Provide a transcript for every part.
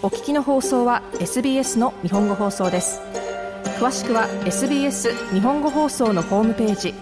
お聞きの放送は SBS の日本語放送です。詳しくは SBS 日本語放送のホームページ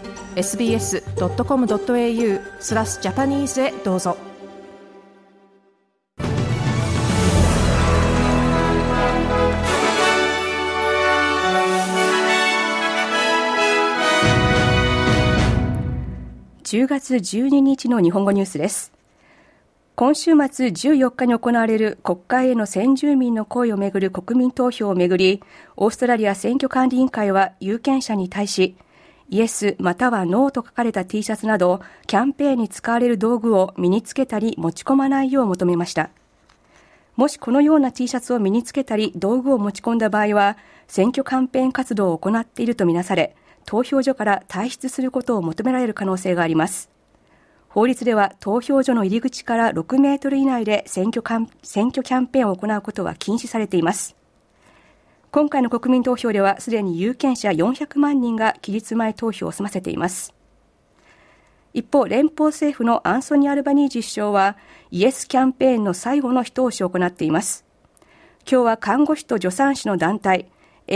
sbs.com.au/Japanese へどうぞ。10月12日の日本語ニュースです。今週末14日に行われる国会への先住民の声をめぐる国民投票をめぐり、オーストラリア選挙管理委員会は有権者に対し、イエスまたはノーと書かれた T シャツなどキャンペーンに使われる道具を身につけたり持ち込まないよう求めました。もしこのような T シャツを身につけたり道具を持ち込んだ場合は、選挙キャンペーン活動を行っているとみなされ、投票所から退出することを求められる可能性があります。法律では投票所の入り口から6メートル以内で選挙キャンペーンを行うことは禁止されています。今回の国民投票ではすでに有権者400万人が期日前投票を済ませています。一方、連邦政府のアンソニー・アルバニージ首相はイエスキャンペーンの最後の一押しを行っています。今日は看護師と助産師の団体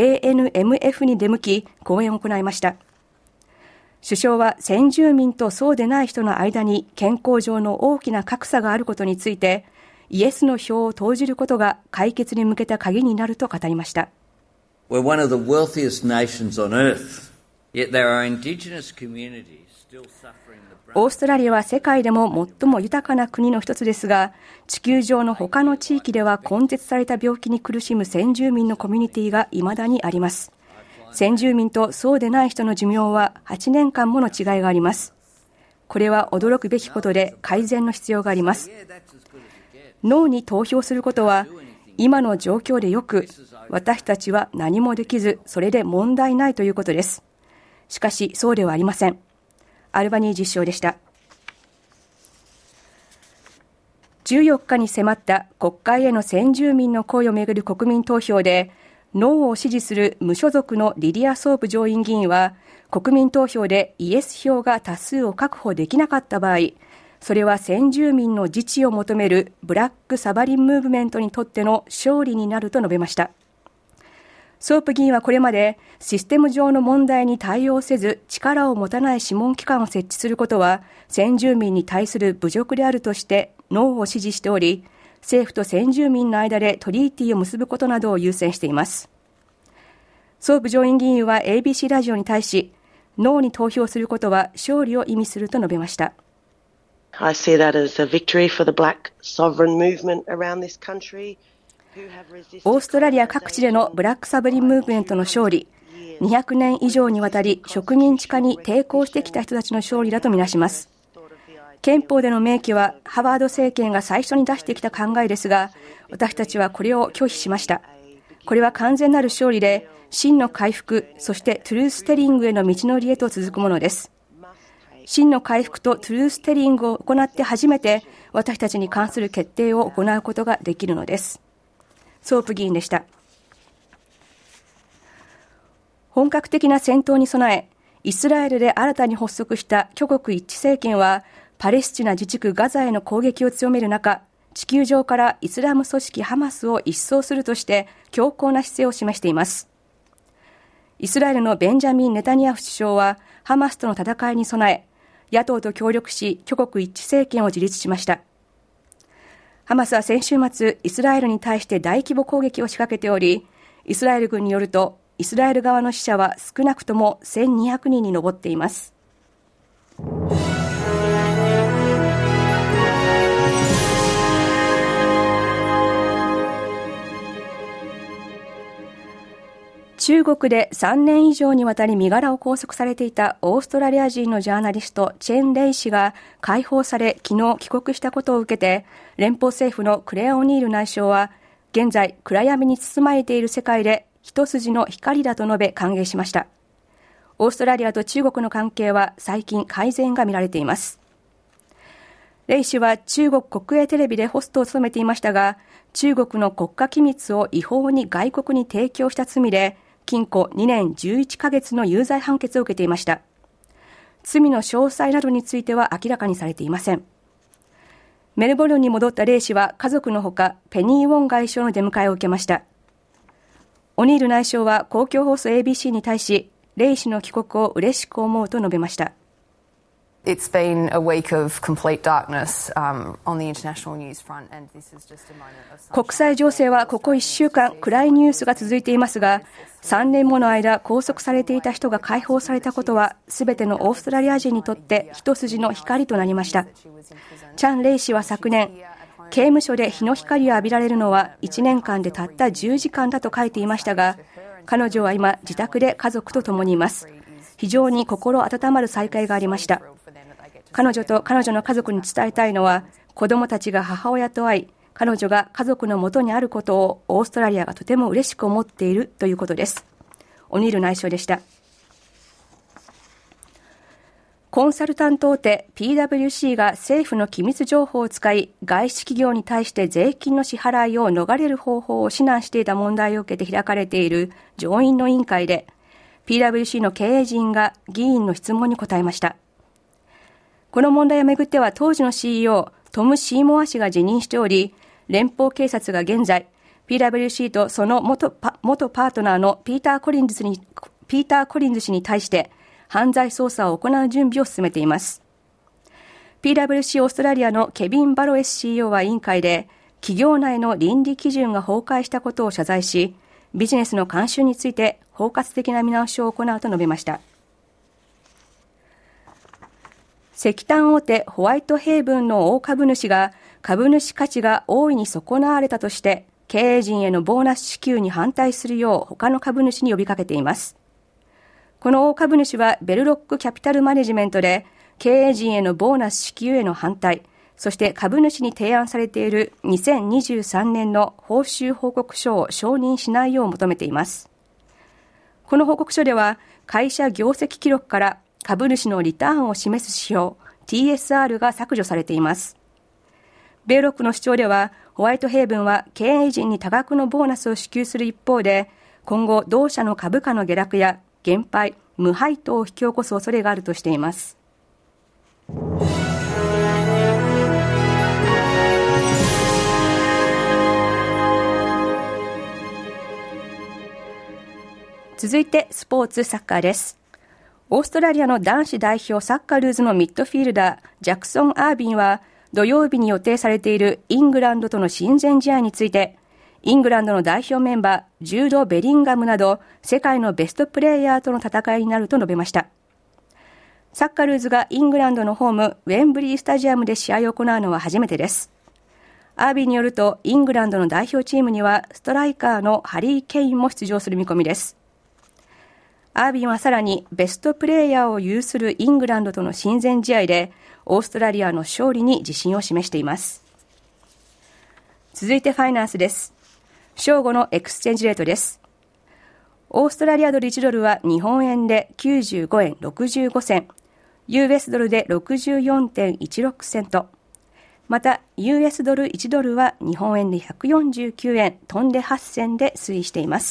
ANMF に出向き講演を行いました。首相は先住民とそうでない人の間に健康上の大きな格差があることについて、イエスの票を投じることが解決に向けた鍵になると語りました。 We're one of the wealthiest nations on earth, yet there are indigenous communities still suffering the brunt. オーストラリアは世界でも最も豊かな国の一つですが、地球上の他の地域では根絶された病気に苦しむ先住民のコミュニティが未だにあります。先住民とそうでない人の寿命は8年間もの違いがあります。これは驚くべきことで改善の必要があります。ノーに投票することは今の状況でよく、私たちは何もできずそれで問題ないということです。しかしそうではありません。アルバニージ首相でした。14日に迫った国会への先住民の声をめぐる国民投票でノーを支持する無所属のリディア・ソープ上院議員は、国民投票でイエス票が多数を確保できなかった場合、それは先住民の自治を求めるブラックサバリンムーブメントにとっての勝利になると述べました。ソープ議員はこれまでシステム上の問題に対応せず力を持たない諮問機関を設置することは先住民に対する侮辱であるとしてノーを支持しており、政府と先住民の間でトリーティーを結ぶことなどを優先しています。ソープ上院議員は ABC ラジオに対し、ノーに投票することは勝利を意味すると述べました。 I see that as a victory for the black sovereign movement around this country. オーストラリア各地でのブラックサバリンムーブメントの勝利、200年以上にわたり植民地化に抵抗してきた人たちの勝利だとみなします。憲法での明記はハワード政権が最初に出してきた考えですが、私たちはこれを拒否しました。これは完全なる勝利で、真の回復、そしてトゥルーステリングへの道のりへと続くものです。真の回復とトゥルーステリングを行って初めて、私たちに関する決定を行うことができるのです。ソープ議員でした。本格的な戦闘に備え、イスラエルで新たに発足した挙国一致政権は、パレスチナ自治区ガザへの攻撃を強める中、地球上からイスラム組織ハマスを一掃するとして強硬な姿勢を示しています。イスラエルのベンジャミン・ネタニヤフ首相はハマスとの戦いに備え、野党と協力し挙国一致政権を樹立しました。ハマスは先週末、イスラエルに対して大規模攻撃を仕掛けており、イスラエル軍によるとイスラエル側の死者は少なくとも1200人に上っています。中国で3年以上にわたり身柄を拘束されていたオーストラリア人のジャーナリストチェン・レイ氏が解放され昨日帰国したことを受けて、連邦政府のクレア・オニール内相は現在暗闇に包まれている世界で一筋の光だと述べ歓迎しました。オーストラリアと中国の関係は最近改善が見られています。レイ氏は中国国営テレビでホストを務めていましたが、中国の国家機密を違法に外国に提供した罪で禁錮2年11ヶ月の有罪判決を受けていました。罪の詳細などについては明らかにされていません。 メルボルンに戻ったレイ氏は家族のほかペニー・ウォン外相の出迎えを受けました。オニール内相は公共放送 ABC に対し、レイ氏の帰国を嬉しく思うと述べました。 It's been a week of complete darkness on the international news front, and this is just a moment of sunshine. 国際情勢はここ1週間暗いニュースが続いていますが、3年もの間拘束されていた人が解放されたことはすべてのオーストラリア人にとって一筋の光となりました。チャン・レイ氏は昨年、刑務所で日の光を浴びられるのは1年間でたった10時間だと書いていましたが、彼女は今自宅で家族と共にいます。非常に心温まる再会がありました。彼女と彼女の家族に伝えたいのは、子供たちが母親と会い、彼女が家族の元にあることをオーストラリアがとても嬉しく思っているということです。オニール内相でした。コンサルタント大手 PwC が政府の機密情報を使い、外資企業に対して税金の支払いを逃れる方法を指南していた問題を受けて開かれている上院の委員会で、PwC の経営陣が議員の質問に答えました。この問題をめぐっては当時の CEO トム・シーモア氏が辞任しており、連邦警察が現在 PwC とその元パートナーのピーター・コリンズ氏に対して犯罪捜査を行う準備を進めています。 PwC オーストラリアのケビン・バロエス CEO は委員会で、企業内の倫理基準が崩壊したことを謝罪し、ビジネスの慣習について包括的な見直しを行うと述べました。石炭大手ホワイトヘイブンの大株主が株主価値が大いに損なわれたとして経営陣へのボーナス支給に反対するよう他の株主に呼びかけています。この大株主はベルロックキャピタルマネジメントで、経営陣へのボーナス支給への反対、そして株主に提案されている2023年の報酬報告書を承認しないよう求めています。この報告書では会社業績記録から株主のリターンを示す指標 TSR が削除されています。ベルロックの主張では、ホワイトヘイブンは経営陣に多額のボーナスを支給する一方で、今後同社の株価の下落や減配、無配当を引き起こす恐れがあるとしています。続いてスポーツサッカーです。オーストラリアの男子代表サッカールーズのミッドフィールダージャクソン・アービンは土曜日に予定されているイングランドとの親善試合について、イングランドの代表メンバージュード・ベリンガムなど世界のベストプレーヤーとの戦いになると述べました。サッカールーズがイングランドのホームウェンブリースタジアムで試合を行うのは初めてです。アービンによると、イングランドの代表チームにはストライカーのハリー・ケインも出場する見込みです。アービンはさらにベストプレーヤーを有するイングランドとの親善試合でオーストラリアの勝利に自信を示しています。続いてファイナンスです。正午のエクスチェンジレートです。オーストラリアドル1ドルは日本円で95円65銭、US ドルで 64.16 セント、また US ドル1ドルは日本円で149円飛んで8銭で推移しています。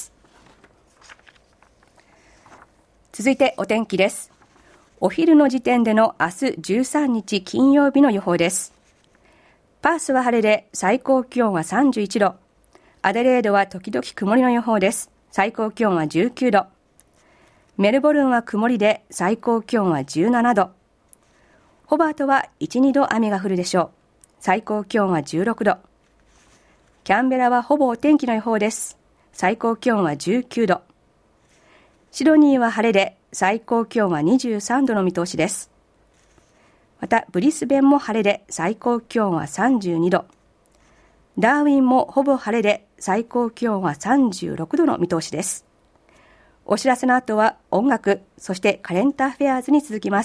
続いてお天気です。お昼の時点での明日13日金曜日の予報です。パースは晴れで最高気温は31度。アデレードは時々曇りの予報です。最高気温は19度。メルボルンは曇りで最高気温は17度。ホバートは1、2度雨が降るでしょう。最高気温は16度。キャンベラはほぼお天気の予報です。最高気温は19度。シドニーは晴れで最高気温は23度の見通しです。またブリスベンも晴れで最高気温は32度。ダーウィンもほぼ晴れで最高気温は36度の見通しです。お知らせの後は音楽、そしてカレンターフェアーズに続きます。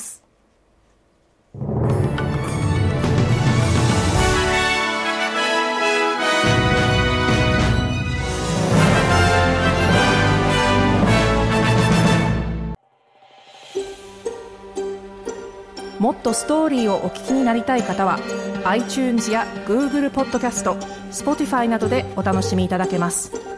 もっとストーリーをお聞きになりたい方は iTunes や Google ポッドキャスト、Spotify などでお楽しみいただけます。